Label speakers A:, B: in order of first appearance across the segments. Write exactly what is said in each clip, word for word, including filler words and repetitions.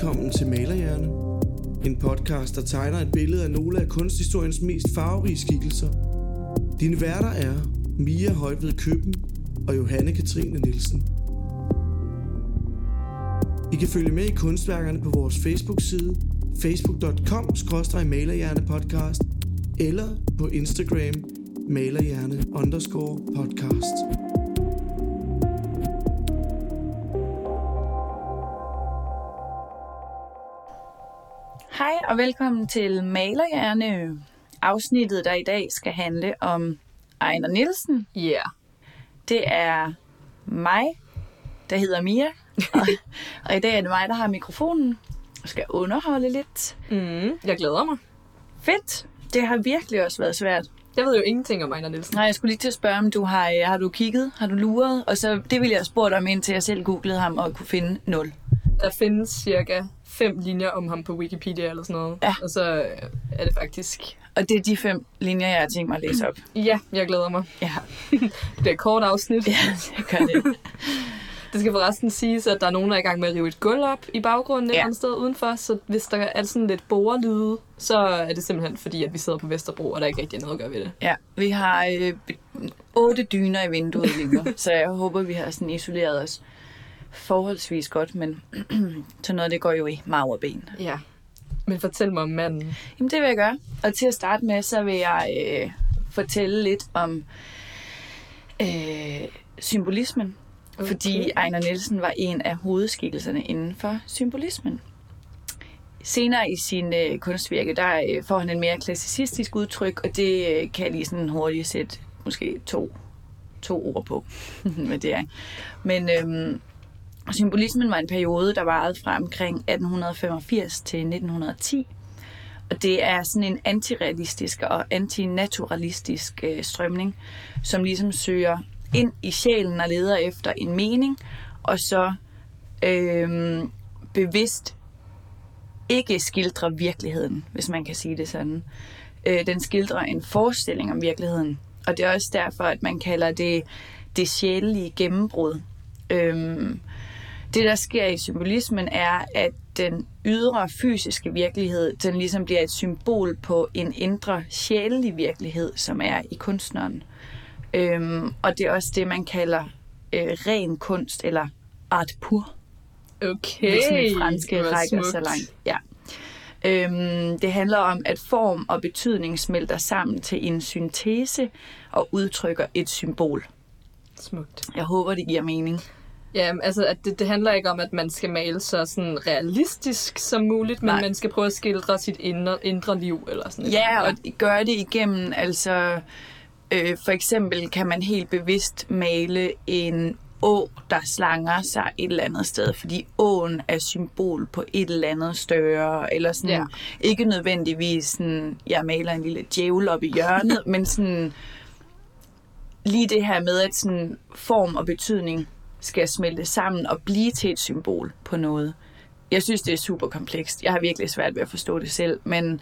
A: velkommen til Malerhjerne. En podcast, der tegner et billede af nogle af kunsthistoriens mest farverige skikkelser. Dine værter er Mia Højtved Køben og Johanne Katrine Nielsen. I kan følge med i kunstværkerne på vores Facebook-side facebook punktum com skråstreg malerhjernepodcast eller på Instagram malerhjerne underscore podcast.
B: Hej og velkommen til Malerhjerne, afsnittet der i dag skal handle om Ejner Nielsen.
C: Ja. Yeah.
B: Det er mig, der hedder Mia, og, og i dag er det mig, der har mikrofonen og skal underholde lidt.
C: Mm, jeg glæder mig.
B: Fedt. Det har virkelig også været svært.
C: Jeg ved jo ingenting om Ejner Nielsen.
B: Nej, jeg skulle lige til at spørge, om du har, har du kigget, har du luret? Og så det ville jeg have spurgt om, indtil jeg selv googlede ham og kunne finde nul.
C: Der findes cirka fem linjer om ham på Wikipedia eller sådan noget.
B: Ja.
C: Og så er det faktisk...
B: Og det er de fem linjer, jeg har tænkt mig at læse op.
C: Ja, jeg glæder mig.
B: Ja.
C: Det er et kort afsnit.
B: Ja, jeg gør det.
C: Det skal forresten siges, at der er nogen, der er i gang med at rive et gulv op i baggrunden et
B: ja.
C: eller andet sted udenfor. Så hvis der er sådan lidt borelyde, så er det simpelthen fordi, at vi sidder på Vesterbro, og der er ikke rigtig noget at gøre ved det.
B: Ja, vi har øh, otte dyner i vinduet lige nu, så jeg håber, vi har sådan isoleret os forholdsvis godt, men så noget det går jo i marv og ben.
C: Ja, men fortæl mig om manden.
B: Jamen det vil jeg gøre, og til at starte med, så vil jeg øh, fortælle lidt om øh, symbolismen, okay. Fordi Ejner Nielsen var en af hovedskikkelserne inden for symbolismen. Senere i sin øh, kunstvirke, der øh, får han en mere klassicistisk udtryk, og det øh, kan jeg lige sådan hurtigt sætte måske to, to ord på, hvad det er. Men øh, symbolismen var en periode, der varede fra omkring atten femogfirs til nitten ti, og det er sådan en antirealistisk og antinaturalistisk øh, strømning, som ligesom søger ind i sjælen og leder efter en mening, og så øh, bevidst ikke skildrer virkeligheden, hvis man kan sige det sådan. Øh, den skildrer en forestilling om virkeligheden, og det er også derfor, at man kalder det det sjælelige gennembrud. Øh, det, der sker i symbolismen, er, at den ydre fysiske virkelighed, den ligesom bliver et symbol på en indre sjælelig virkelighed, som er i kunstneren. Øhm, og det er også det, man kalder øh, ren kunst, eller art pur.
C: Okay.
B: Hvis den franske rækker så langt. Ja. Øhm, det handler om, at form og betydning smelter sammen til en syntese og udtrykker et symbol.
C: Smukt.
B: Jeg håber, det giver mening.
C: Ja, altså at det, det handler ikke om, at man skal male så sådan realistisk som muligt, men Nej. man skal prøve at skildre sit indre, indre liv eller sådan noget.
B: Ja, og gøre det igennem, altså øh, for eksempel kan man helt bevidst male en å, der slanger sig et eller andet sted, fordi åen er symbol på et eller andet større, eller sådan, ja. Ikke nødvendigvis sådan, jeg maler en lille djævel op i hjørnet, men sådan lige det her med, at sådan form og betydning skal smelte sammen og blive til et symbol på noget. Jeg synes, det er super komplekst. Jeg har virkelig svært ved at forstå det selv, men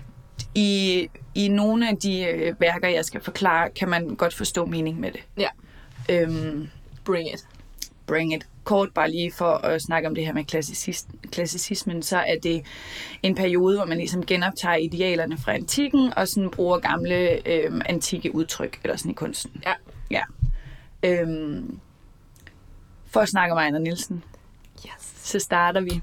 B: i, i nogle af de øh, værker, jeg skal forklare, kan man godt forstå mening med det.
C: Ja.
B: Øhm,
C: bring it.
B: Bring it. Kort bare lige for at snakke om det her med klassicis, klassicismen, så er det en periode, hvor man ligesom genoptager idealerne fra antikken, og sådan bruger gamle øh, antikke udtryk, eller sådan i kunsten.
C: Ja.
B: Ja. Øhm, For at snakke om Ejner Nielsen,
C: yes.
B: Så starter vi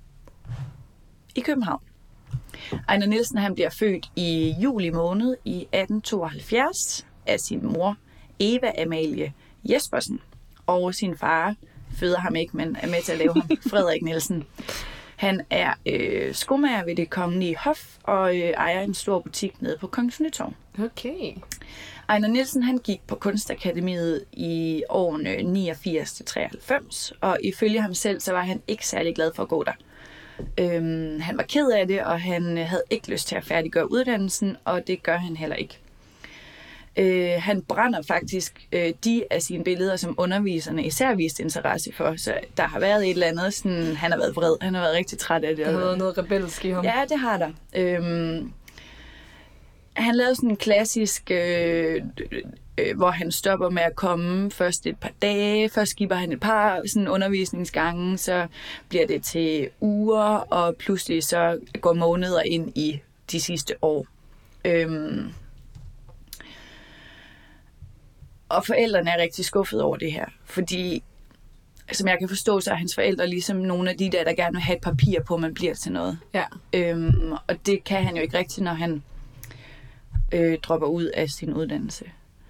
B: i København. Ejner Nielsen, han bliver født i juli måned i atten tooghalvfjerds af sin mor, Eva Amalie Jespersen, og sin far føder ham ikke, men er med til at lave ham, Frederik Nielsen. Han er øh, skomager ved Det Kongelige Hof og øh, ejer en stor butik nede på Kongens Nytorv.
C: Okay.
B: Ejner Nielsen, han gik på Kunstakademiet i årene niogfirs til treoghalvfems, og ifølge ham selv, så var han ikke særlig glad for at gå der. Øhm, han var ked af det, og han havde ikke lyst til at færdiggøre uddannelsen, og det gør han heller ikke. Øh, han brænder faktisk øh, de af sine billeder, som underviserne især vist interesse for, så der har været et eller andet, sådan, han har været vred, han har været rigtig træt af det.
C: Der har været noget rebelsk i ham.
B: Ja, det har der. Øhm, han lavede sådan en klassisk øh, øh, hvor han stopper med at komme først et par dage. Først giver han et par sådan, undervisningsgange, så bliver det til uger, og pludselig så går måneder ind i de sidste år. Øhm, og forældrene er rigtig skuffet over det her, fordi som jeg kan forstå, så er hans forældre ligesom nogle af de der, der gerne vil have et papir på, at man bliver til noget.
C: Ja.
B: Øhm, og det kan han jo ikke rigtigt, når han øh, dropper ud af sin uddannelse.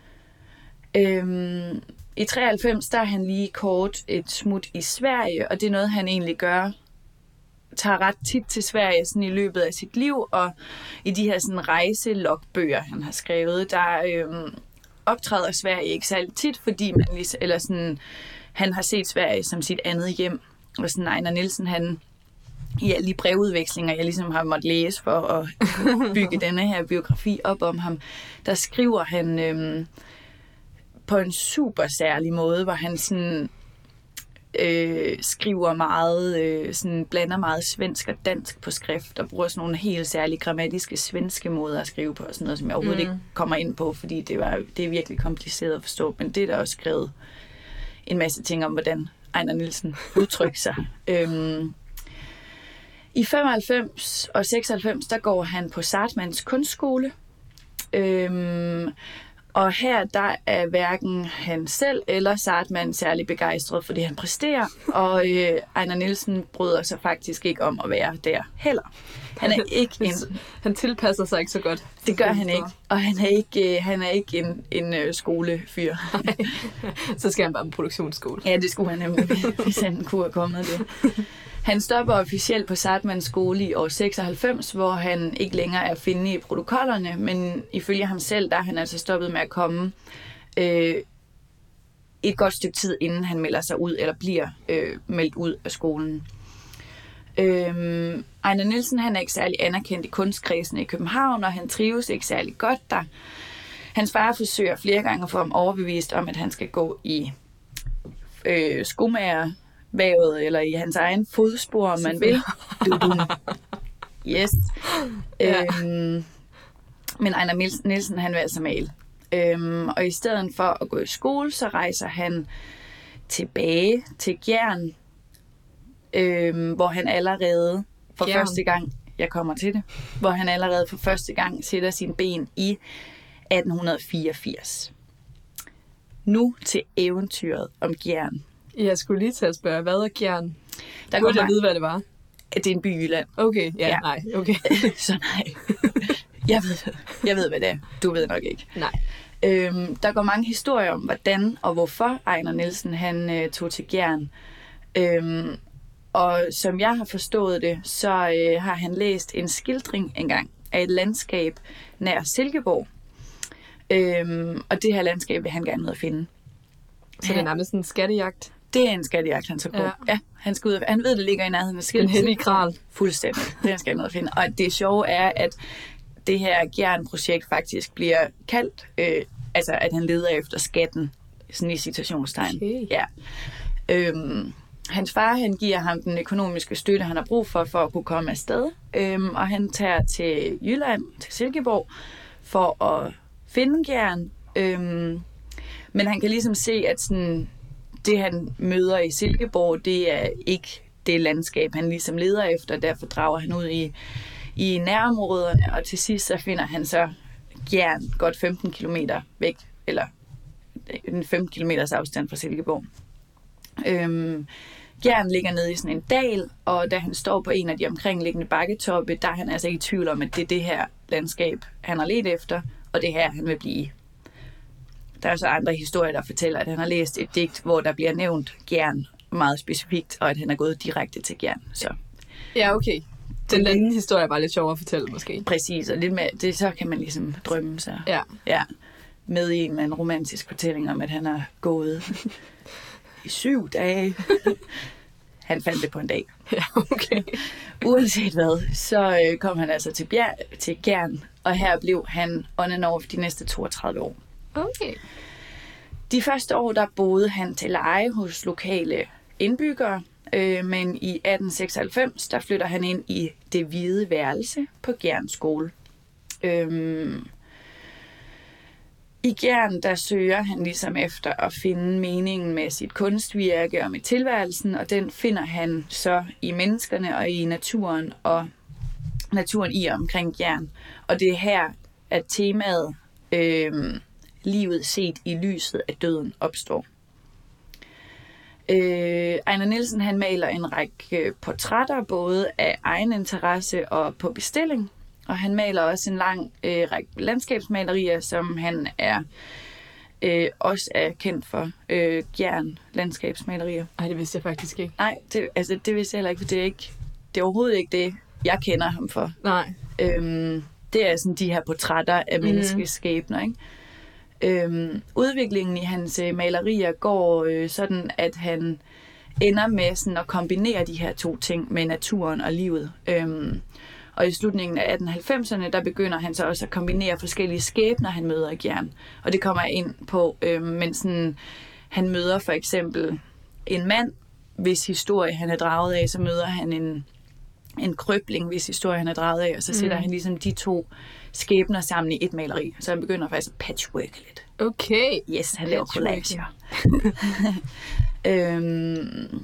B: Øhm, I treoghalvfems der er han lige kort et smut i Sverige, og det er noget, han egentlig gør, tager ret tit til Sverige sådan i løbet af sit liv, og i de her sådan rejselogbøger, han har skrevet, der øhm, optræder Sverige ikke særlig tit, fordi man lige, eller sådan, han har set Sverige som sit andet hjem. Og sådan Ejnar Nielsen, han i alle de brevudvekslinger, jeg ligesom har måttet læse for at bygge denne her biografi op om ham, der skriver han øhm, på en super særlig måde, hvor han sådan øh, skriver meget, øh, sådan blander meget svensk og dansk på skrift, og bruger sådan nogle helt særlige grammatiske svenske måder at skrive på, og sådan noget, som jeg overhovedet mm. ikke kommer ind på, fordi det, var, det er virkelig kompliceret at forstå, men det er der også skrevet en masse ting om, hvordan Ejnar Nielsen udtrykker sig. øhm, I femoghalvfems og seksoghalvfems, der går han på Zahrtmanns kunstskole. Øhm, og her, der er hverken han selv eller Zahrtmann særlig begejstret for det, han præsterer. Og øh, Ejnar Nielsen bryder sig faktisk ikke om at være der heller. Han er ikke en...
C: Han tilpasser sig ikke så godt.
B: Det gør han ikke. Og han er ikke, øh, han er ikke en, en øh, skolefyr.
C: Så skal han bare på produktionsskole.
B: Ja, det skulle han nemlig, hvis han kunne have kommet det. Han stopper officielt på Zahrtmanns skole i år seksoghalvfems, hvor han ikke længere er at finde i protokollerne, men ifølge ham selv, der er han altså stoppet med at komme øh, et godt stykke tid, inden han melder sig ud, eller bliver øh, meldt ud af skolen. Øh, Ejnar Nielsen, han er ikke særlig anerkendt i kunstkredsen i København, og han trives ikke særlig godt der. Hans far forsøger flere gange at få ham overbevist om, at han skal gå i øh, skomager, vævet, eller i hans egen fodspor, om man vil. Yes. Ja. Øhm, men Ejnar Nielsen, han vil altså male. Øhm, og i stedet for at gå i skole, så rejser han tilbage til Gjern, øhm, hvor han allerede for Gjern. første gang, jeg kommer til det, hvor han allerede for første gang sætter sine ben i atten fireogfirs. Nu til eventyret om Gjern.
C: Jeg skulle lige til at spørge, hvad er Gjern?
B: Der
C: kunne jeg vide, hvad det var.
B: Det er en by i Jylland.
C: Okay, ja, ja. nej, okay.
B: Så nej. Jeg ved, jeg ved, hvad det er. Du ved nok ikke.
C: Nej.
B: Øhm, der går mange historier om, hvordan og hvorfor Ejnar Nielsen han øh, tog til Gjern. Øhm, og som jeg har forstået det, så øh, har han læst en skildring engang af et landskab nær Silkeborg. Øhm, og det her landskab vil han gerne ud at finde.
C: Så det er nærmest en skattejagt?
B: Det er en skattejagt, han tager på. Ja. Ja, han, skal ud af, han ved, det ligger i nærheden af Silkeborg.
C: En hellig kral.
B: Fuldstændig. Det skal han ud at finde. Og det sjove er, at det her Gjern-projekt faktisk bliver kaldt, øh, altså at han leder efter skatten, sådan i citationstegn.
C: Okay.
B: Ja. Øhm, hans far, han giver ham den økonomiske støtte, han har brug for, for at kunne komme afsted. Øhm, og han tager til Jylland, til Silkeborg, for at finde Gjern. Øhm, men han kan ligesom se, at sådan, det, han møder i Silkeborg, det er ikke det landskab, han ligesom leder efter. Derfor drager han ud i, i nærområderne, og til sidst så finder han så Gjern godt femten kilometer væk, eller en femten kilometers afstand fra Silkeborg. Øhm, Gjern ligger nede i sådan en dal, og da han står på en af de omkringliggende bakketoppe, der er han altså ikke i tvivl om, at det er det her landskab, han har let efter, og det her, han vil blive. Der er så andre historier, der fortæller, at han har læst et digt, hvor der bliver nævnt Gjern meget specifikt, og at han er gået direkte til Gjern. Så.
C: Ja, okay. Den anden historie er bare lidt sjovere at fortælle, måske.
B: Præcis, og lidt med, det, så kan man ligesom drømme sig.
C: Ja.
B: Ja. Med i en, en romantisk fortælling om, at han har gået i syv dage. Han fandt det på en dag.
C: Ja, okay.
B: Uanset hvad, så øh, kom han altså til, bjer- til Gjern, og her blev han on and off de næste toogtredive år.
C: Okay.
B: De første år, der boede han til leje hos lokale indbyggere, øh, men i atten seksoghalvfems, der flytter han ind i det hvide værelse på Gjern skole. Øhm, I Gjern, der søger han ligesom efter at finde meningen med sit kunstvirke og med tilværelsen, og den finder han så i menneskerne og i naturen og naturen i og omkring Gjern. Og det er her, at temaet øh, livet set i lyset af døden opstår. Øh, Ejnar Nielsen han maler en række portrætter, både af egen interesse og på bestilling. Og han maler også en lang øh, række landskabsmalerier, som han er øh, også er kendt for. Øh, Gjern landskabsmalerier.
C: Ej, det vidste jeg faktisk ikke.
B: Nej, det, altså, det vidste jeg heller ikke, for det er, ikke, det er overhovedet ikke det, jeg kender ham for.
C: Nej.
B: Øhm, det er sådan de her portrætter af menneskeskæbner, ikke? Øhm, udviklingen i hans øh, malerier går øh, sådan, at han ender med sådan at kombinere de her to ting med naturen og livet. Øhm, og i slutningen af atten halvfemserne, der begynder han så også at kombinere forskellige skæbner, han møder i Gjern. Og det kommer jeg ind på, øh, men sådan, han møder for eksempel en mand, hvis historie han er draget af, så møder han en, en krøbling, hvis historie han er draget af, og så sætter mm. han ligesom de to skæbner sammen i et maleri. Så han begynder faktisk at patchworke lidt.
C: Okay.
B: Yes, han laver collager. øhm,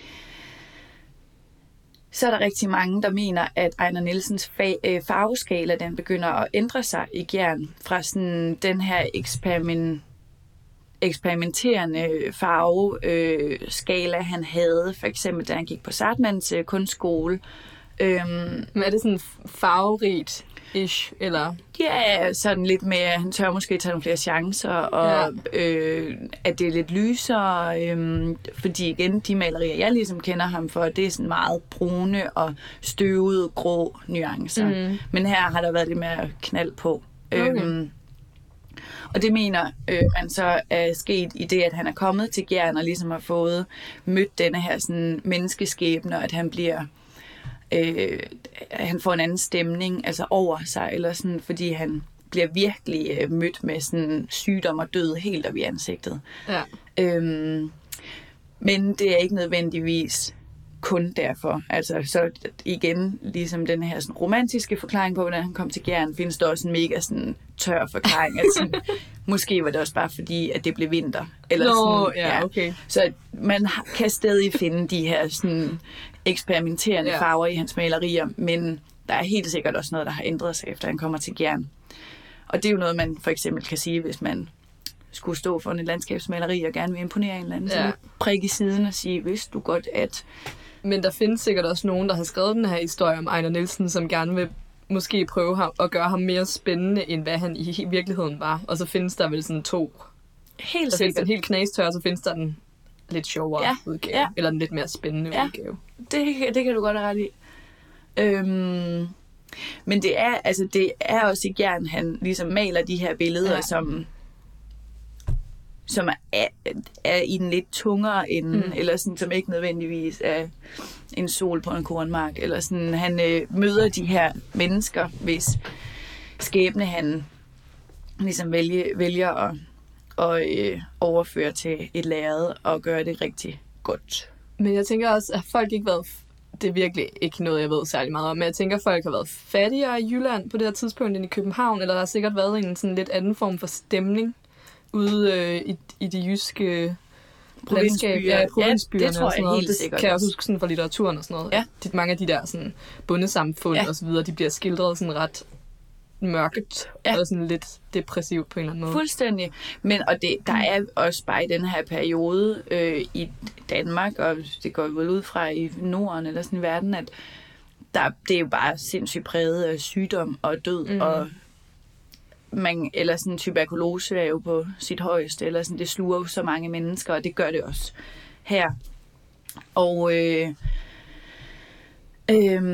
B: så er der rigtig mange, der mener, at Ejnar Nielsens farveskala, den begynder at ændre sig i Gjern fra sådan den her eksperiment, eksperimenterende farveskala, han havde, for eksempel da han gik på Sartmans øh, kunstskole. Øhm,
C: Men er det sådan farverigt? Ish, eller?
B: Ja, sådan lidt mere, han tør måske tage nogle flere chancer, og ja. øh, at det er lidt lysere, øh, fordi igen, de malerier, jeg ligesom kender ham for, det er sådan meget brune og støvede, grå nuancer. Mm. Men her har der været lidt mere knald på. Okay. Øhm, og det mener øh, man så er sket i det, at han er kommet til Gjern og ligesom har fået mødt denne her sådan, menneskeskæbne, at han bliver Øh, han får en anden stemning altså over sig, eller sådan, fordi han bliver virkelig øh, mødt med sådan sygdom og død helt op i ansigtet. Ja. Øhm, men det er ikke nødvendigvis kun derfor. Altså så igen, ligesom den her sådan, romantiske forklaring på, hvordan han kom til Gjern, findes der også en mega sådan, tør forklaring. Altså, måske var det også bare fordi, at det blev vinter. Eller
C: Nå,
B: sådan,
C: ja, okay.
B: Så man kan stadig finde de her sådan, eksperimenterende ja. farver i hans malerier, men der er helt sikkert også noget, der har ændret sig, efter han kommer til Gjern. Og det er jo noget, man for eksempel kan sige, hvis man skulle stå for en landskabsmaleri og gerne vil imponere en eller anden, ja. så prik i siden og sige, vidste du godt, at...
C: Men der findes sikkert også nogen, der har skrevet den her historie om Ejnar Nielsen, som gerne vil måske prøve ham at gøre ham mere spændende, end hvad han i virkeligheden var. Og så findes der vel sådan to...
B: Helt
C: der
B: sikkert.
C: findes den helt knastør, og så findes der den lidt sjovere
B: ja.
C: udgave. Ja. Eller den lidt mere spændende ja. udgave.
B: Det, det kan du godt have ret i. Øhm, men det er, altså, det er også i Gjern, han ligesom maler de her billeder, ja. som... som er, er i den lidt tungere ende, mm. eller sådan, som ikke nødvendigvis er en sol på en kornmark, eller sådan, han øh, møder de her mennesker, hvis skæbne han ligesom vælge, vælger at, at øh, overføre til et lærred og gøre det rigtig godt.
C: Men jeg tænker også, at folk ikke været, det er virkelig ikke noget, jeg ved særlig meget om, men jeg tænker, at folk har været fattigere i Jylland på det her tidspunkt end i København, eller der har sikkert været en sådan lidt anden form for stemning ude øh, i, i de jyske landskab, ja, provinsbyerne
B: ja, det tror jeg
C: og sådan
B: helt
C: det
B: sikkert.
C: Kan jeg også huske sådan fra litteraturen og sådan noget.
B: Ja.
C: De, mange af de der sådan bondesamfund ja. og så videre, de bliver skildret sådan ret mørket ja. og sådan lidt depressivt på en eller anden måde.
B: Fuldstændig. Men og det, der er også bare i den her periode øh, i Danmark, og det går vel ud fra i Norden eller sådan i verden, at der, det er jo bare sindssygt præget af sygdom og død mm. og man, eller sådan tuberkulose er jo på sit højeste, eller sådan, det sluger jo så mange mennesker, og det gør det også her. Og øh, øh,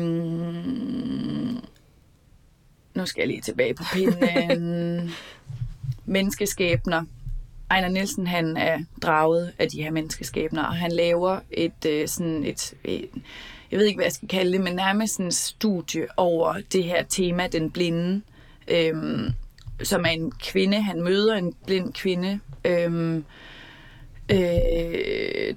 B: nu skal jeg lige tilbage på pinden. Menneskeskæbner. Ejnar Nielsen, han er draget af de her menneskeskæbner, og han laver et øh, sådan et, et jeg ved ikke, hvad jeg skal kalde det, men nærmest en studie over det her tema, den blinde, Øhm, som er en kvinde, han møder en blind kvinde, øhm, øh,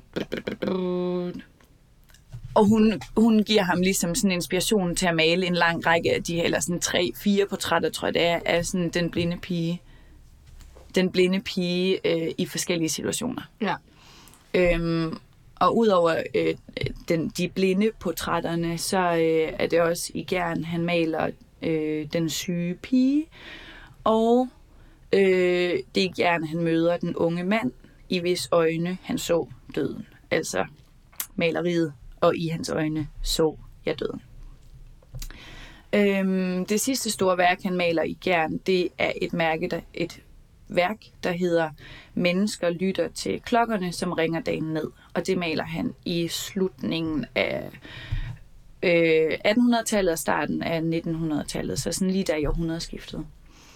B: og hun, hun giver ham ligesom sådan inspiration til at male en lang række af de, eller sådan tre, fire portrætter, tror jeg det er, af sådan den blinde pige. den blinde pige øh, i forskellige situationer.
C: Ja.
B: Øhm, og udover øh, den, de blinde portrætterne, så øh, er det også i Gjern, han maler øh, den syge pige, og øh, det er i Gjern, han møder den unge mand, i hvis øjne han så døden. Altså maleriet, og i hans øjne så jeg døden. Øhm, det sidste store værk, han maler i Gjern, det er et mærke, der, et værk, der hedder Mennesker lytter til klokkerne, som ringer dagen ned. Og det maler han i slutningen af øh, attenhundredetallet og starten af nittenhundredetallet, så sådan lige der i århundredeskiftet.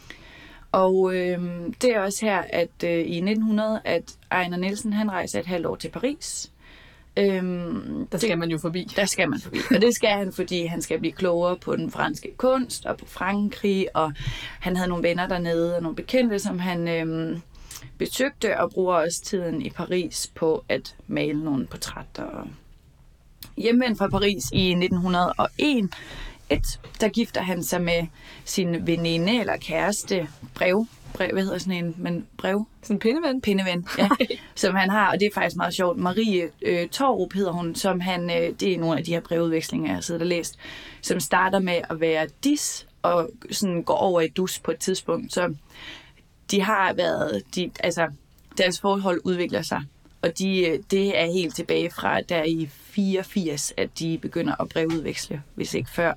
B: Og øh, det er også her, at øh, i nitten hundrede, at Ejnar Nielsen, han rejser et halvt år til Paris. Øhm,
C: der skal
B: det,
C: man jo forbi.
B: Der skal man forbi. Og det skal han, fordi han skal blive klogere på den franske kunst og på Frankrig. Og han havde nogle venner dernede og nogle bekendte, som han øhm, besøgte, og bruger også tiden i Paris på at male nogle portrætter. Hjemvendt fra Paris i nitten hundrede og en, et, der gifter han sig med sin veninde eller kæreste, brev. brev hvad hedder sådan en, men brev?
C: Sådan en pindeven?
B: Pindeven, ja. Som han har, og det er faktisk meget sjovt. Marie øh, Torup hedder hun, som han, øh, det er nogle af de her brevudvekslinger, jeg har siddet og læst, som starter med at være dis, og sådan går over i dus på et tidspunkt. Så de har været, de, altså deres forhold udvikler sig, og de, det er helt tilbage fra der i fireogfirs, at de begynder at brevudveksle, hvis ikke før.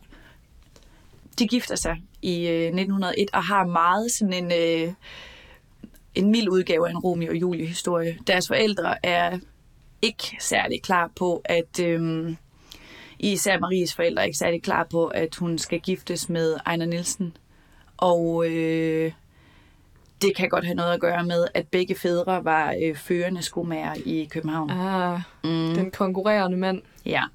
B: De gifter sig i øh, nitten hundrede og et og har meget sådan en, øh, en mild udgave af en Romeo og Julie historie. Deres forældre er ikke særlig klar på, at øh, især Maries forældre er ikke særlig klar på, at hun skal giftes med Ejnar Nielsen. Og øh, det kan godt have noget at gøre med, at begge fædre var øh, førende skomager i København.
C: Ah,
B: mm.
C: Den konkurrerende mand.
B: Ja.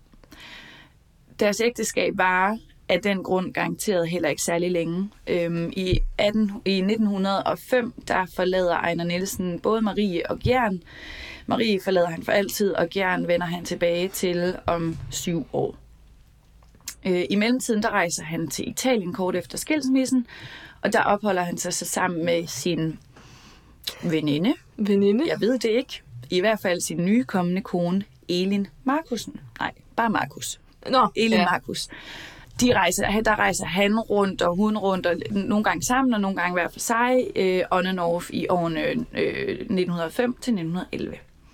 B: Deres ægteskab var af den grund garanteret heller ikke særlig længe. Øhm, i, atten, I nitten hundrede og fem, der forlader Ejnar Nielsen både Marie og Gjern. Marie forlader han for altid, og Gjern vender han tilbage til om syv år. Øh, I mellemtiden, der rejser han til Italien kort efter skilsmissen, og der opholder han sig så sammen med sin veninde.
C: Veninde?
B: Jeg ved det ikke. I hvert fald sin nye kommende kone, Elin Markussen. Nej, bare Markus.
C: Nå,
B: Elin
C: ja.
B: Markus. De rejser, der rejser han rundt, og hun rundt, og nogle gange sammen, og nogle gange hver for sig, øh, on and off i årene øh, nitten hundrede og fem til nitten elleve.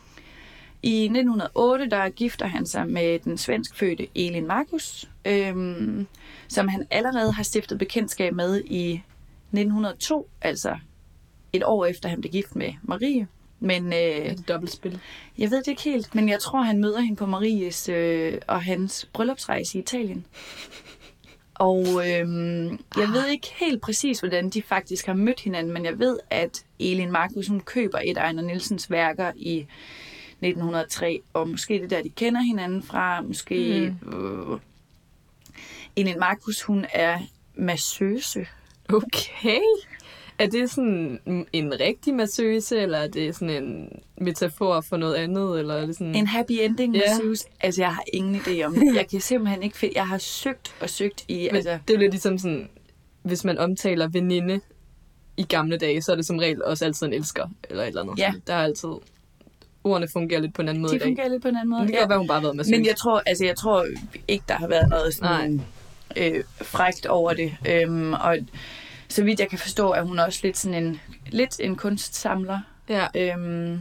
B: I nitten hundrede og otte, der gifter han sig med den svenskfødte Elin Markus, øh, som han allerede har stiftet bekendtskab med i nitten hundrede og to, altså et år efter han blev gift med Marie. Men, øh,
C: er det dobbeltspil?
B: Jeg ved det ikke helt, men jeg tror, han møder hende på Maries øh, og hans bryllupsrejse i Italien. Og øhm, jeg ved ikke helt præcis, hvordan de faktisk har mødt hinanden, men jeg ved, at Elin Markus, hun køber et af Ejnar Nielsens værker i nitten hundrede og tre, og måske det der, de kender hinanden fra, måske... Mm. Øh, Elin Markus, hun er masseuse.
C: Okay. Er det sådan en rigtig masseuse, eller er det sådan en metafor for noget andet? Eller er det sådan...
B: En happy ending
C: yeah.
B: masseuse? Altså, jeg har ingen idé om det. Jeg kan simpelthen ikke finde... Jeg har søgt og søgt i...
C: Men
B: altså...
C: det er jo lidt ligesom sådan, hvis man omtaler veninde i gamle dage, så er det som regel også altid en elsker, eller et eller andet.
B: Ja.
C: Der er altid... Ordene fungerer lidt på en anden måde
B: De
C: i dag.
B: fungerer lidt på en anden måde.
C: Det kan
B: ja.
C: godt være, hun bare har været masseuse.
B: Men jeg tror, altså, jeg tror ikke, der har været noget sådan øh, frækt over det. Øhm, og så vidt jeg kan forstå, er hun også lidt sådan en, lidt en kunstsamler.
C: Ja.
B: Øhm,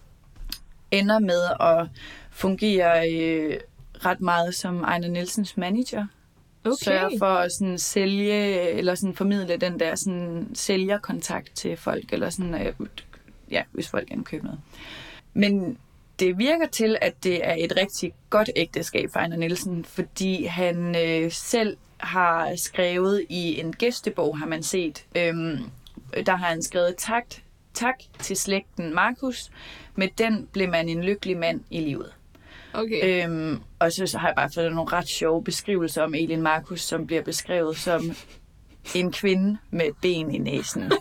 B: ender med at fungere øh, ret meget som Ejnar Nielsens manager.
C: Okay.
B: Sørger for at sådan sælge, eller sådan formidle den der sådan sælgerkontakt til folk, eller sådan, øh, ja, hvis folk gerne køber noget. Men det virker til, at det er et rigtig godt ægteskab for Ejnar Nielsen, fordi han øh, selv har skrevet i en gæstebog, har man set, øhm, der har han skrevet tak, tak til slægten Markus. Med den blev man en lykkelig mand i livet.
C: Okay.
B: Øhm, og så, så har jeg bare fået nogle ret sjove beskrivelser om Elin Markus, som bliver beskrevet som en kvinde med et ben i næsen.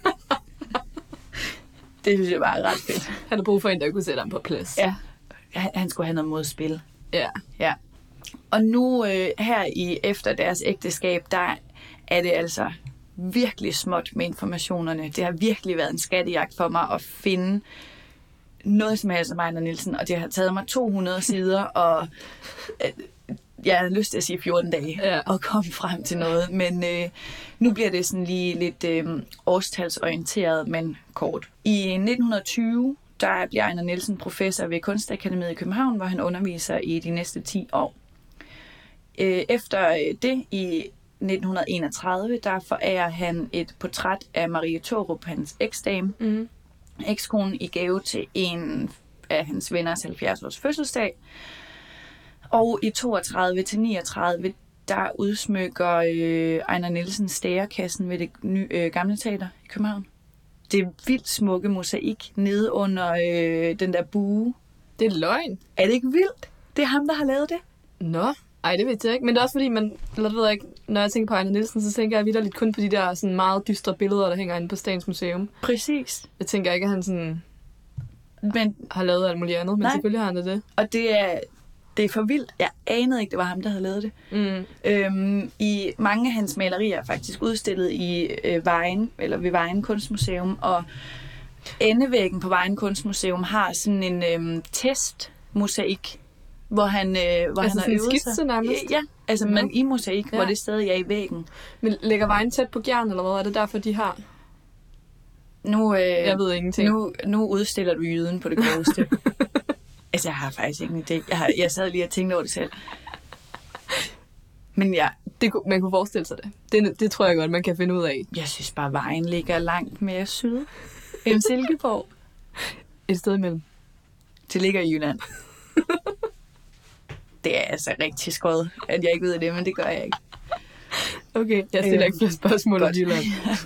B: Det synes jeg bare er ret fedt.
C: Han har brug for en, der kunne sætte ham på plads.
B: Ja, han, han skulle have noget modspil.
C: Ja.
B: Ja. Og nu øh, her i efter deres ægteskab, der er det altså virkelig småt med informationerne. Det har virkelig været en skattejagt for mig at finde noget som helst om Ejnar Nielsen, og det har taget mig to hundrede sider, og øh, jeg har lyst til at sige fjorten dage,
C: ja.
B: og komme frem til noget. Men øh, nu bliver det sådan lige lidt øh, årstalsorienteret, men kort. I nitten tyve, der bliver Ejnar Nielsen professor ved Kunstakademiet i København, hvor han underviser i de næste ti år. Øh, efter det, i nitten enogtredive, der forærer han et portræt af Marie Thorup, hans eksdame, mm. ekskone, i gave til en af hans venners halvfjerds års fødselsdag. Og i toogtredive til niogtredive, der udsmykker øh, Ejnar Nielsen stærekassen ved det nye, øh, gamle teater i København. Det er vildt smukke mosaik nede under øh, den der bue.
C: Det er løgn.
B: Er det ikke vildt? Det er ham, der har lavet det.
C: Nå, ej, det ved jeg ikke. Men det er også fordi, man, eller det ved jeg ikke, når jeg tænker på Ejnar Nielsen, så tænker jeg vitterligt kun på de der sådan meget dystre billeder, der hænger inde på Statens Museum.
B: Præcis.
C: Jeg tænker ikke, at han sådan
B: men,
C: har lavet alt muligt andet, men nej. Selvfølgelig har han det.
B: Og det er, det er for vildt. Jeg anede ikke, det var ham, der havde lavet det. Mm. Øhm, I mange af hans malerier er faktisk udstillet i øh, Vejen, eller ved Vejen Kunstmuseum, og endevæggen på Vejen Kunstmuseum har sådan en øh, testmosaik, hvor han, øh, hvor
C: altså
B: han har øvet
C: sig. Nærmest?
B: Ja, altså
C: ja.
B: man i mosaik, ja. Hvor det stadig er i væggen.
C: Men lægger Vejen tæt på Gjern, eller hvad er det derfor, de har?
B: Nu, øh,
C: jeg ved ingenting.
B: Nu, nu udstiller du jyden på det groveste. Altså, jeg har faktisk ingen idé. Jeg, har, jeg sad lige og tænkte over det selv. Men ja.
C: Det, man kunne forestille sig det. det. Det tror jeg godt, man kan finde ud af.
B: Jeg synes bare, Vejen ligger langt mere syd end Silkeborg.
C: Et sted imellem.
B: Det ligger i Jylland. Det er altså rigtig skødt, at jeg ikke ved det, men det gør jeg ikke.
C: Okay, jeg stiller øhm, ikke flere spørgsmål om Jylland.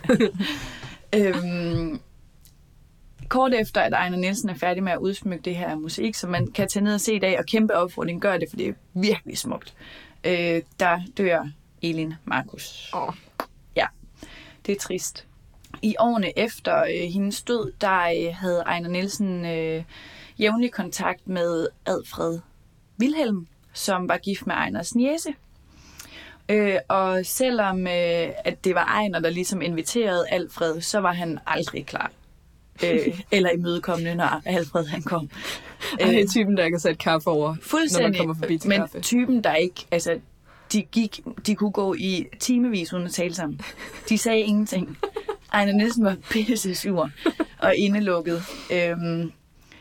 B: øhm, kort efter, at Ejnar Nielsen er færdig med at udsmykke det her mosaik, som man kan tage ned og se i dag, og kæmpe opfordring, gør det, for det er virkelig smukt. Øh, der dør Elin Markus.
C: Oh.
B: Ja, det er trist. I årene efter øh, hendes død, der øh, havde Ejnar Nielsen øh, jævnlig kontakt med Alfred Wilhelm, som var gift med Ejnars niece. Øh, og selvom øh, at det var Ejnar, der ligesom inviterede Alfred, så var han aldrig klar. Øh, eller imødekommende, når Alfred han kom.
C: Ej, øh, typen, der ikke har sat kaffe over,
B: når
C: man kommer forbi til
B: men
C: kaffe.
B: Typen, der ikke, altså, de, gik, de kunne gå i timevis uden at tale sammen. De sagde ingenting. Ejnar Nielsen var pisse sur og indelukket. Øhm,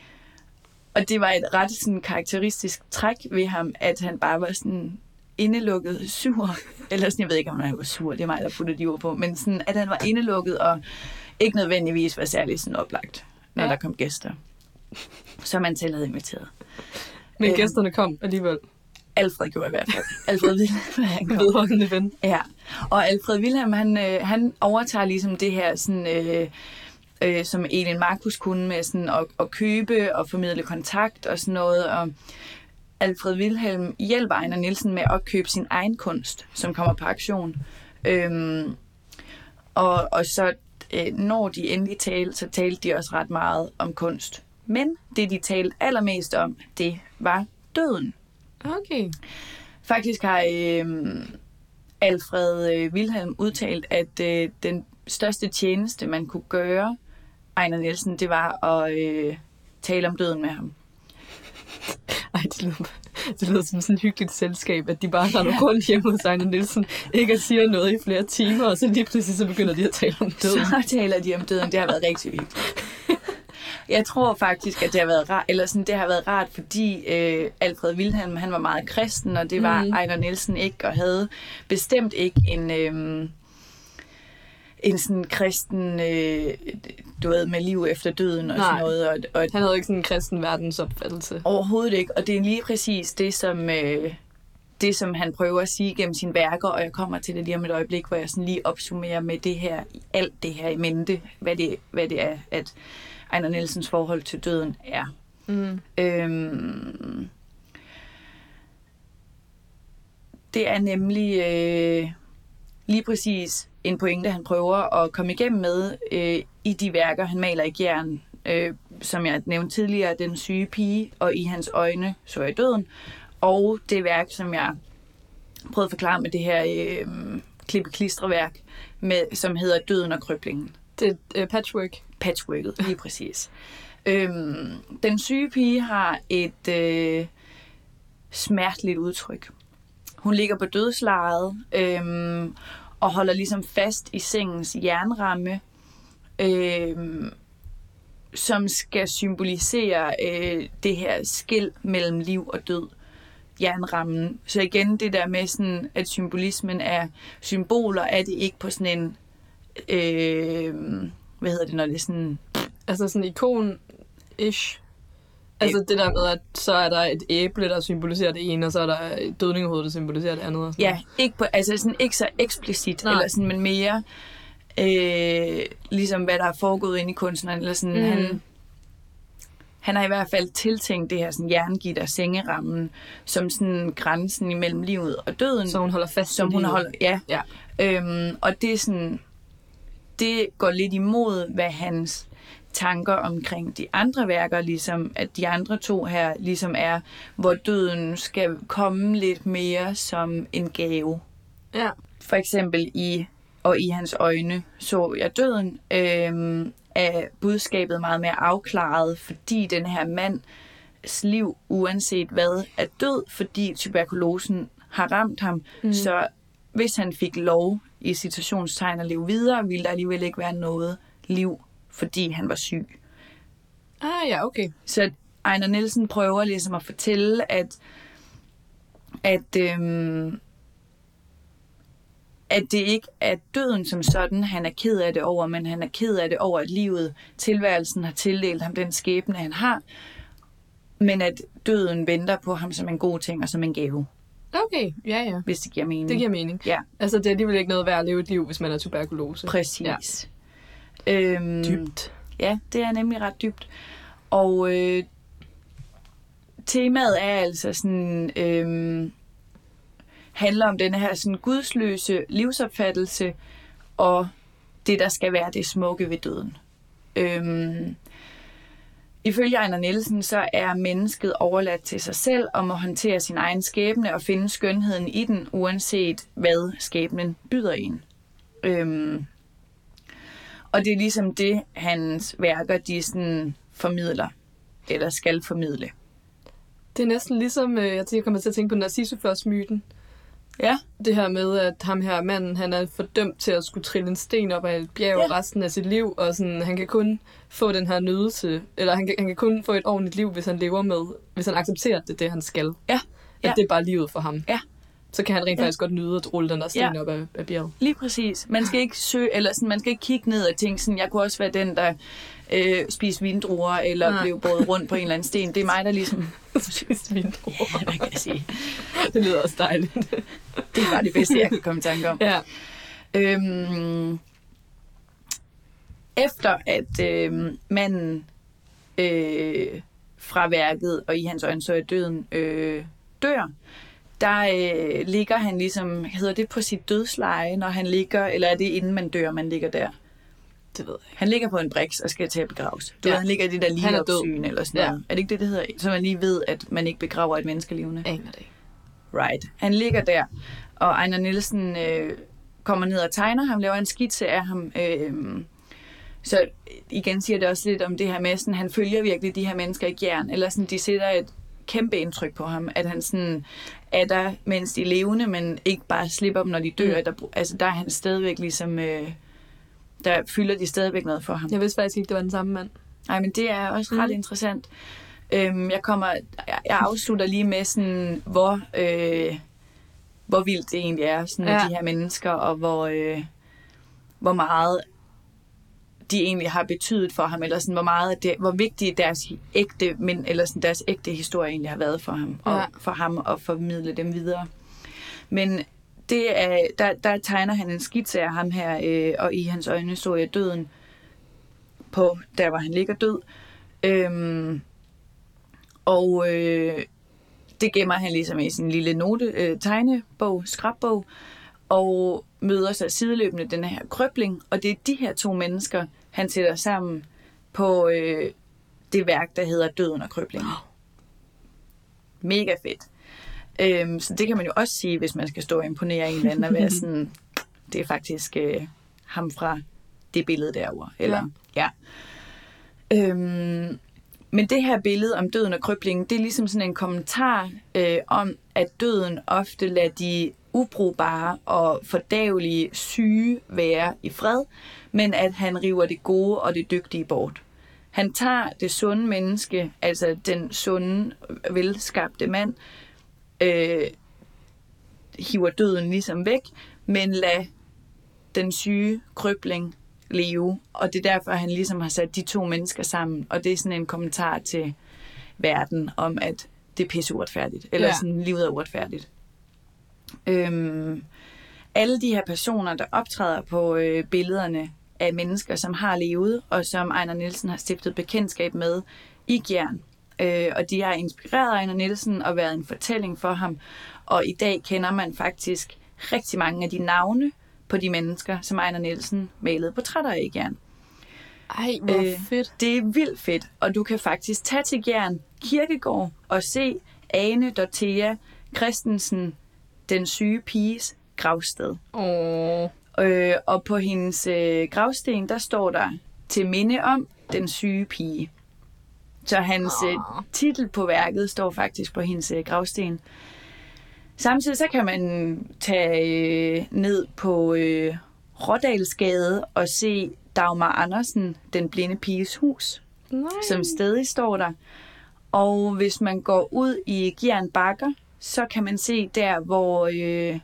B: og det var et ret sådan, karakteristisk træk ved ham, at han bare var sådan indelukket sur. Eller sådan, jeg ved ikke, om han var sur, det er mig, der puttede de ord på. Men sådan, at han var indelukket og ikke nødvendigvis var særlig sådan oplagt, når ja. Der kom gæster. Som man selv havde inviteret.
C: Men øhm, gæsterne kom alligevel.
B: Alfred gjorde i hvert fald. Alfred Wilhelm, han kom.
C: Vedholdende ven.
B: Ja, og Alfred Wilhelm, han, øh, han overtager ligesom det her, sådan, øh, øh, som Elin Markus kunne med sådan, at, at købe og formidle kontakt og sådan noget. Og Alfred Wilhelm hjælper Ejnar Nielsen med at købe sin egen kunst, som kommer på auktion. Øhm, og, og så, øh, når de endelig talte, så talte de også ret meget om kunst. Men det, de talte allermest om, det var døden.
C: Okay.
B: Faktisk har øh, Alfred øh, Wilhelm udtalt, at øh, den største tjeneste, man kunne gøre Ejnar Nielsen, det var at øh, tale om døden med ham.
C: Ej, det lyder, det lyder som sådan et hyggeligt selskab, at de bare render rundt hjemme hos Ejnar Nielsen, ikke at sige noget i flere timer, og så lige pludselig så begynder de at tale om døden.
B: Så taler de om døden, det har været rigtig hyggeligt. Jeg tror faktisk, at det har været rart, eller sådan, det har været rart, fordi øh, Alfred Wilhelm, han var meget kristen, og det var mm. Ejnar Nielsen ikke, og havde bestemt ikke en, øh, en sådan kristen, øh, du ved, med liv efter døden og
C: Nej.
B: Sådan noget. Og, og
C: han havde ikke sådan en kristen verdensopfattelse.
B: Overhovedet ikke, og det er lige præcis det, som, øh, det, som han prøver at sige gennem sine værker, og jeg kommer til det lige om et øjeblik, hvor jeg sådan lige opsummerer med det her, alt det her i mente, hvad det, hvad det er, at Ejnar Nielsens forhold til døden er. Mm. Øhm, det er nemlig øh, lige præcis en pointe, han prøver at komme igennem med øh, i de værker, han maler i Gjern, øh, som jeg nævnte tidligere, Den syge pige, og I hans øjne så jeg døden, og det værk, som jeg prøvede at forklare med det her øh, klippe-klistreværk, med, som hedder Døden og Krøblingen.
C: Det er uh, patchwork.
B: Patchworket, lige præcis. øhm, den syge pige har et øh, smerteligt udtryk. Hun ligger på dødslejet øhm, og holder ligesom fast i sengens jernramme, øhm, som skal symbolisere øh, det her skel mellem liv og død. Jernrammen. Så igen det der med sådan, at symbolismen er symboler, er det ikke på sådan en øh, hvad hedder det, når det er sådan...
C: Altså sådan ikon-ish. Altså det der med, at så er der et æble, der symboliserer det ene, og så er der et dødningehoved, der symboliserer det andet.
B: Ja, ikke, på, altså sådan, ikke så eksplicit, eller sådan, men mere øh, ligesom hvad der er foregået inde i kunstneren. Eller sådan, mm. han, han har i hvert fald tiltænkt det her sådan, jerngitter, sengerammen, som sådan grænsen imellem livet og døden.
C: Så hun holder fast
B: som
C: i
B: hun
C: livet.
B: holder, ja.
C: ja.
B: Øhm, og det er sådan, det går lidt imod, hvad hans tanker omkring de andre værker, ligesom at de andre to her ligesom er, hvor døden skal komme lidt mere som en gave.
C: Ja.
B: For eksempel i og i hans øjne så jeg døden, øhm, er budskabet meget mere afklaret, fordi den her mands liv, uanset hvad, er død, fordi tuberkulosen har ramt ham. Mm. Så hvis han fik lov i citationstegn at leve videre, ville der alligevel ikke være noget liv, fordi han var syg.
C: Ah ja, okay.
B: Så Einar Nielsen prøver ligesom at fortælle, at at, øhm, at det ikke er døden som sådan, han er ked af det over, men han er ked af det over, at livet, tilværelsen har tildelt ham den skæbne, han har, men at døden venter på ham som en god ting og som en gave.
C: Okay, ja ja.
B: Hvis det giver mening.
C: Det giver mening.
B: Ja.
C: Altså det er alligevel ikke noget værd at leve et liv, hvis man er tuberkulose.
B: Præcis. Ja. Øhm,
C: dybt.
B: Ja, det er nemlig ret dybt. Og øh, temaet er altså sådan, øh, handler om denne her sådan gudsløse livsopfattelse og det, der skal være det smukke ved døden. Øh, ifølge Einar Nielsen, så er mennesket overladt til sig selv og må håndtere sin egen skæbne og finde skønheden i den, uanset hvad skæbnen byder en. Øh, og det er ligesom det, hans værker, de sådan formidler, eller skal formidle.
C: Det er næsten ligesom, jeg kommer til at tænke på Narcissus-myten.
B: Ja.
C: Det her med, at ham her manden, han er fordømt til at skulle trille en sten op af et bjerg ja. resten af sit liv, og sådan, han kan kun få den her nydelse, eller han kan, han kan kun få et ordentligt liv, hvis han lever med, hvis han accepterer, at det er det, han skal.
B: Ja.
C: At
B: ja.
C: det er bare livet for ham.
B: Ja.
C: Så kan han rent
B: ja.
C: faktisk godt nyde at rulle den der sten ja. op af, af bjerget.
B: Lige præcis. Man skal ikke søge, eller sådan, man skal ikke kigge ned og tænke sådan, jeg kunne også være den, der øh, spiste vindruer, eller Nej. blev båret rundt på en eller anden sten. Det er mig, der ligesom...
C: spiste vindruer.
B: Ja, hvad kan jeg sige?
C: Det lyder også dejligt.
B: Det var det bedste, jeg kan komme i tanke om.
C: Ja.
B: Øhm, efter at øh, manden øh, fra værket, og i hans øjne så er døden, øh, dør, der øh, ligger han ligesom, hedder det på sit dødsleje, når han ligger, eller er det inden man dør, man ligger der?
C: Det ved jeg ikke.
B: Han ligger på en briks og skal til at begraves. Du
C: ja.
B: ved, han ligger i det der lige opsyn eller sådan
C: ja.
B: noget. Er det ikke det, det hedder? Så man lige ved, at man ikke begraver et menneskelevende.
C: Aner det ikke.
B: Right. Han ligger der, og Einar Nielsen øh, kommer ned og tegner ham, laver en skitse af ham. Øh, så igen siger det også lidt om det her med, sådan, han følger virkelig de her mennesker i jern, eller sådan, de sætter et kæmpe indtryk på ham, at han sådan er der, mens de er levende, men ikke bare slipper dem, når de dør. Mm. Der, altså, der er han stadigvæk ligesom... Øh, der fylder de stadigvæk noget for ham.
C: Jeg vidste faktisk ikke, det var den samme mand.
B: Nej, men det er også ret mm. interessant. Øhm, jeg kommer, jeg, jeg afslutter lige med sådan, hvor, øh, hvor vildt det egentlig er, sådan ja. de her mennesker, og hvor, øh, hvor meget de egentlig har betydet for ham, eller sådan, hvor meget det, hvor vigtigt deres ægte, men eller sådan, deres ægte historie egentlig har været for ham, og
C: ja.
B: for ham at formidle dem videre. Men det er, der, der tegner han en skitse af ham her, øh, og i hans øjne så jeg døden på der, hvor han ligger død. Øhm, og øh, det gemmer han ligesom i sin lille note, øh, tegnebog, skrabbog, og møder sig sideløbende den her krøbling, og det er de her to mennesker, han sætter sammen på øh, det værk, der hedder Døden og Krøblingen. Mega fedt. Øhm, så det kan man jo også sige, hvis man skal stå og imponere en eller anden og være sådan, det er faktisk øh, ham fra det billede derovre. Eller, ja. ja. Øhm, men det her billede om døden og krøblingen, det er ligesom sådan en kommentar øh, om, at døden ofte lader de ubrugbare og fordavelige syge være i fred, men at han river det gode og det dygtige bort. Han tager det sunde menneske, altså den sunde, velskabte mand, øh, hiver døden ligesom væk, men lad den syge krøbling leve. Og det er derfor, han ligesom har sat de to mennesker sammen. Og det er sådan en kommentar til verden om, at det er pisse uretfærdigt. Eller ja. sådan, livet er uretfærdigt. Øhm, alle de her personer, der optræder på øh, billederne af mennesker, som har levet, og som Ejnar Nielsen har stiftet bekendtskab med i Gjern. Øh, og de har inspireret Ejnar Nielsen og været en fortælling for ham. Og i dag kender man faktisk rigtig mange af de navne på de mennesker, som Ejnar Nielsen malede portrætter af i Gjern.
C: Ej, hvor øh, fedt.
B: Det er vildt fedt, og du kan faktisk tage til Gjern Kirkegård og se Ane Dorthea Christensen, den syge piges gravsted.
C: Åh.
B: Øh, og på hendes øh, gravsten, der står der til minde om den syge pige. Så hans øh, titel på værket står faktisk på hendes øh, gravsten. Samtidig så kan man tage øh, ned på øh, Rådalsgade og se Dagmar Andersen, den blinde piges hus, Nej. som stadig står der. Og hvis man går ud i Gjern Bakker, så kan man se der, hvor øh,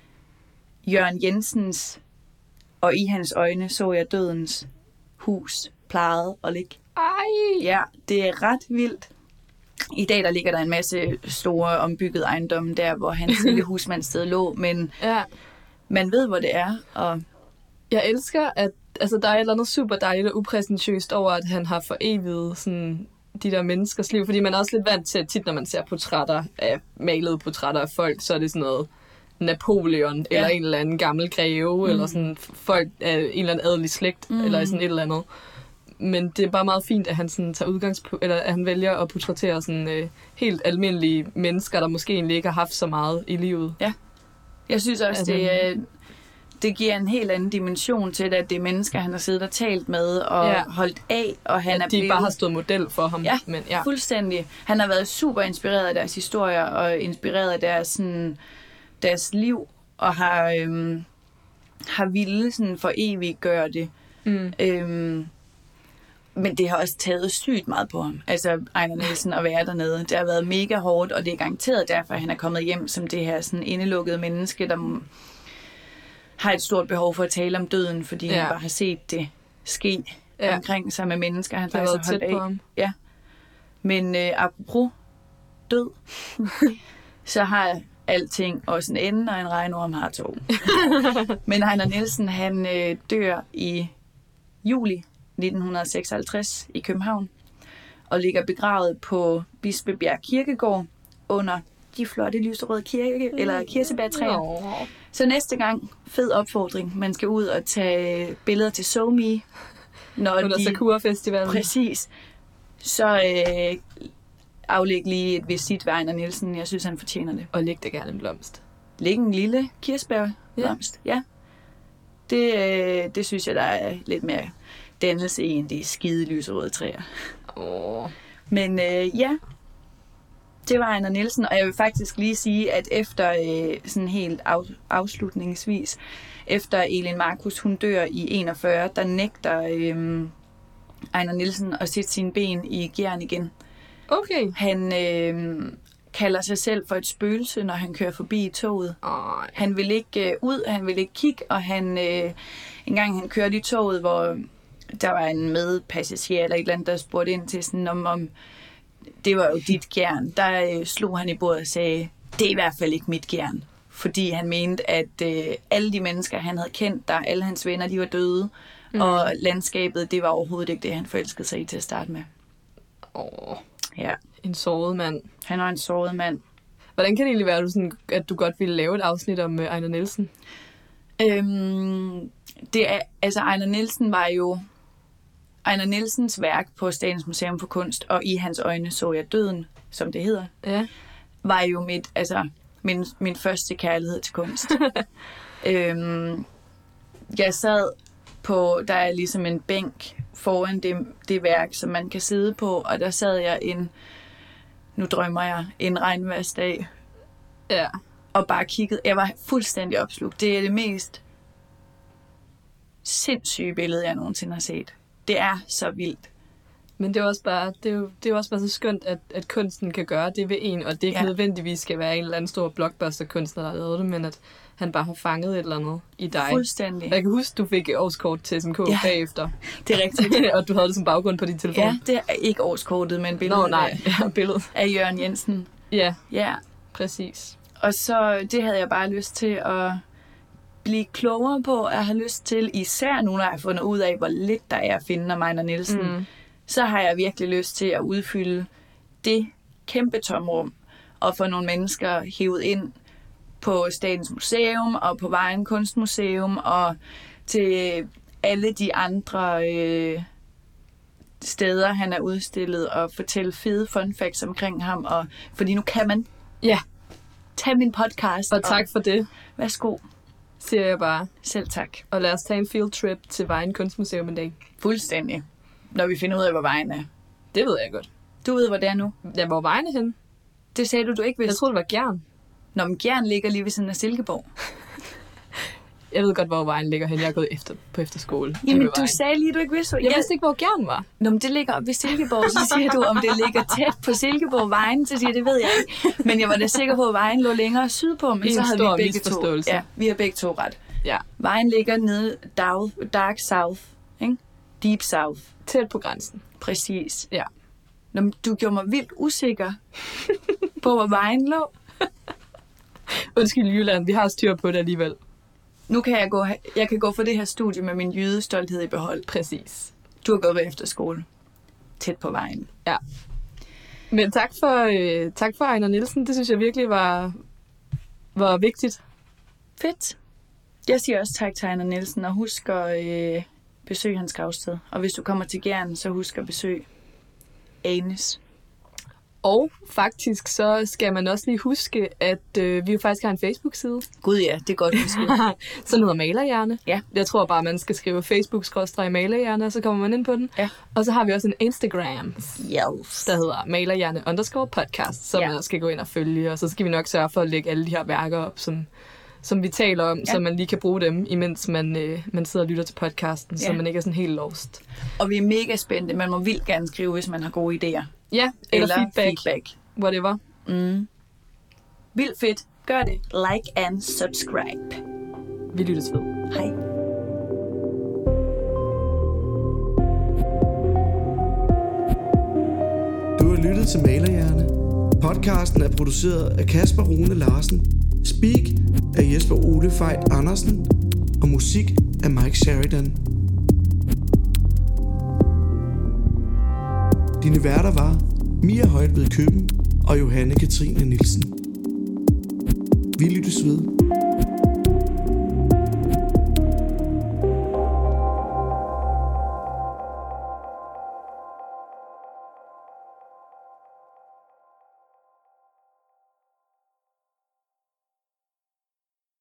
B: Jørgen Jensens og i hans øjne så jeg dødens hus plejede at ligge.
C: Ej!
B: Ja, det er ret vildt. I dag der ligger der en masse store ombyggede ejendomme der, hvor hans lille husmandssted lå, men
C: ja.
B: man ved, hvor det er. Og
C: jeg elsker, at altså, der er et eller andet super dejligt og upræsentøst over, at han har foreviget sådan, de der menneskers liv, fordi man er også lidt vant til, at tit når man ser portrætter af malede portrætter af folk, så er det sådan noget Napoleon, ja. eller en eller anden gammel greve, mm. eller sådan folk af en eller anden adelig slægt, mm. eller sådan et eller andet. Men det er bare meget fint, at han sådan tager udgangspunkt, eller at han vælger at portrættere sådan øh, helt almindelige mennesker, der måske egentlig ikke har haft så meget i livet.
B: Ja, jeg synes også, altså, det, øh, det giver en helt anden dimension til det, at det er mennesker, han har siddet og talt med og ja. holdt af, og han
C: at
B: er
C: de blevet... bare har stået model for ham.
B: Ja,
C: men, ja,
B: fuldstændig. Han har været super inspireret af deres historier, og inspireret af deres, sådan, deres liv, og har, øhm, har ville sådan for evigt gøre det. Mm. Øhm, Men det har også taget sygt meget på ham. Altså, Ejnar Nielsen at være dernede. Det har været mega hårdt, og det er garanteret derfor, at han er kommet hjem som det her sådan indelukkede menneske, der har et stort behov for at tale om døden, fordi ja. han bare har set det ske ja. omkring sig med mennesker, han faktisk har holdt af. På ham. Ja. Men øh, apropos død, så har alting også en ende, og en regnorm har to. Men Ejnar Nielsen, han øh, dør i juli nitten seksoghalvtreds i København, og ligger begravet på Bispebjerg Kirkegård under de flotte lyserøde kirke, eller kirsebærtræer. No. Så næste gang, fed opfordring, man skal ud og tage billeder til SoMe. Når
C: under de, Sakura Festivalen.
B: Præcis. Så øh, aflæg lige et visit ved Ejnar Nielsen. Jeg synes, han fortjener det.
C: Og læg det gerne en blomst.
B: Læg en lille kirsebærblomst, ja. ja. Det, øh, det synes jeg, der er lidt mere dannelse i end de skide lyserøde træer.
C: Oh.
B: Men øh, ja, det var Ejnar Nielsen, og jeg vil faktisk lige sige, at efter øh, sådan helt af, afslutningsvis, efter Elin Markus, hun dør i enogfyrre, der nægter øh, Ejnar Nielsen at sætte sine ben i Gjern igen.
C: Okay.
B: Han øh, kalder sig selv for et spøgelse, når han kører forbi i toget.
C: Oh.
B: Han vil ikke øh, ud, han vil ikke kigge, og han øh, en gang han kørte i toget, hvor der var en medpassager eller et eller andet, der spurgte ind til sådan, om, om det var jo dit Gjern. Der øh, slog han i bordet og sagde, det er i hvert fald ikke mit Gjern. Fordi han mente, at øh, alle de mennesker, han havde kendt der, alle hans venner, de var døde. Mm. Og landskabet, det var overhovedet ikke det, han forelskede sig i til at starte med.
C: Åh, oh,
B: ja.
C: En såret mand.
B: Han er en såret mand.
C: Hvordan kan det egentlig være, at du, sådan, at du godt ville lave et afsnit om uh, Ejnar Nielsen?
B: Øhm, det er, altså Ejnar Nielsen var jo Ejnar Nielsens værk på Statens Museum for Kunst, og i hans øjne så jeg døden, som det hedder,
C: ja.
B: var jo mit, altså, min, min første kærlighed til kunst. øhm, jeg sad på, der er ligesom en bænk foran det, det værk, som man kan sidde på, og der sad jeg en, nu drømmer jeg, en regnværsdag,
C: Ja.
B: og bare kiggede. Jeg var fuldstændig opslugt. Det er det mest sindssyge billede, jeg nogensinde har set. Det er så vildt.
C: Men det er også bare, det er jo, det er også bare så skønt, at, at kunsten kan gøre det ved en, og det ikke
B: Ja.
C: nødvendigvis skal være en eller anden stor blockbuster-kunstner, der har lavet det, men at han bare har fanget et eller andet i dig.
B: Fuldstændig.
C: Jeg kan huske, du fik årskort til S M K
B: Ja.
C: bagefter,
B: Det er rigtigt.
C: og du havde det som baggrund på din telefon.
B: Ja, det er ikke årskortet, men billedet
C: Nå, nej, ja, billedet.
B: af Jørgen Jensen.
C: Ja,
B: Ja,
C: præcis.
B: og så det havde jeg bare lyst til at blive klogere på. Jeg har lyst til, især nu, når jeg har fundet ud af, hvor lidt der er at finde af Ejner Nielsen,
C: Mm.
B: så har jeg virkelig lyst til at udfylde det kæmpe tomrum og få nogle mennesker hævet ind på Statens Museum og på Vejen Kunstmuseum og til alle de andre øh, steder, han er udstillet, og fortælle fede fun facts omkring ham. Og, fordi nu kan man
C: Ja,
B: tage min podcast.
C: og tak for det,
B: Værsgo.
C: siger jeg bare.
B: Selv tak.
C: Og lad os tage en field trip til Vejen Kunstmuseum en dag.
B: Fuldstændig. Når vi finder ud af, hvor vejen er.
C: Det ved jeg godt.
B: Du ved, hvor det er nu.
C: Ja, hvor er Vejen er henne?
B: Det sagde du, du ikke
C: Jeg
B: vidste.
C: troede, det var Gjern.
B: Når men Gjern ligger lige ved siden af Silkeborg.
C: Jeg ved godt, hvor Vejen ligger hen. Jeg er gået efter, på efterskole.
B: Jamen,
C: Ved
B: du
C: Vejen.
B: sagde lige, du ikke vidste.
C: Jeg vidste ikke, hvor Gjern var.
B: Nå, men det ligger oppe ved Silkeborg, så siger du, om det ligger tæt på Silkeborg Vejen, så siger jeg, det ved jeg ikke. Men jeg var da sikker på, at Vejen lå længere sydpå, men
C: En
B: så havde
C: stor
B: vi begge to.
C: misforståelse.
B: Ja, vi har begge to ret.
C: Ja,
B: Vejen ligger nede dark, dark south, ikke? Deep south,
C: tæt på grænsen.
B: præcis.
C: Ja.
B: Nå, men du gjorde mig vildt usikker på, hvor Vejen lå.
C: Undskyld, Jylland. Vi har styr på det alligevel.
B: Nu kan jeg gå, jeg kan gå for det her studie med min jydestolthed i behold.
C: Præcis.
B: Du har gået på efterskole. Tæt på Vejen.
C: Ja. Men tak for, øh, tak for Ejner Nielsen. Det synes jeg virkelig var, var vigtigt.
B: Fedt. Jeg siger også tak til Ejner Nielsen, og husk at øh, besøge hans gravsted. Og hvis du kommer til Gjern, så husk at besøge Anes.
C: Og faktisk så skal man også lige huske, at øh, vi jo faktisk har en Facebook-side.
B: Gud ja, det er godt husket.
C: Så hedder Malerhjerne.
B: Ja.
C: Jeg tror bare, man skal skrive Facebook-Malerhjerne, og så kommer man ind på den.
B: Ja.
C: Og så har vi også en Instagram,
B: Yes.
C: der hedder Malerhjerne underscore podcast, som
B: Ja.
C: man også skal gå ind og følge. Og så skal vi nok sørge for at lægge alle de her værker op, som, som vi taler om, ja. Så man lige kan bruge dem, imens man, øh, man sidder og lytter til podcasten, ja. Så man ikke er sådan helt lost.
B: Og vi er mega spændte. Man må vildt gerne skrive, hvis man har gode idéer.
C: Ja, eller,
B: Eller
C: feedback,
B: feedback.
C: whatever.
B: Mm. Vildt fedt. Gør det. Like and subscribe.
C: Vi lyttes ved.
B: Hej.
A: Du har lyttet til Malerhjerne. Podcasten er produceret af Kasper Rune Larsen. Speak af Jesper Ole Fejt Andersen. Og musik af Mike Sheridan. Dine værter var Mia Højtved Køben og Johanne Katrine Nielsen. Vi lyttes ved.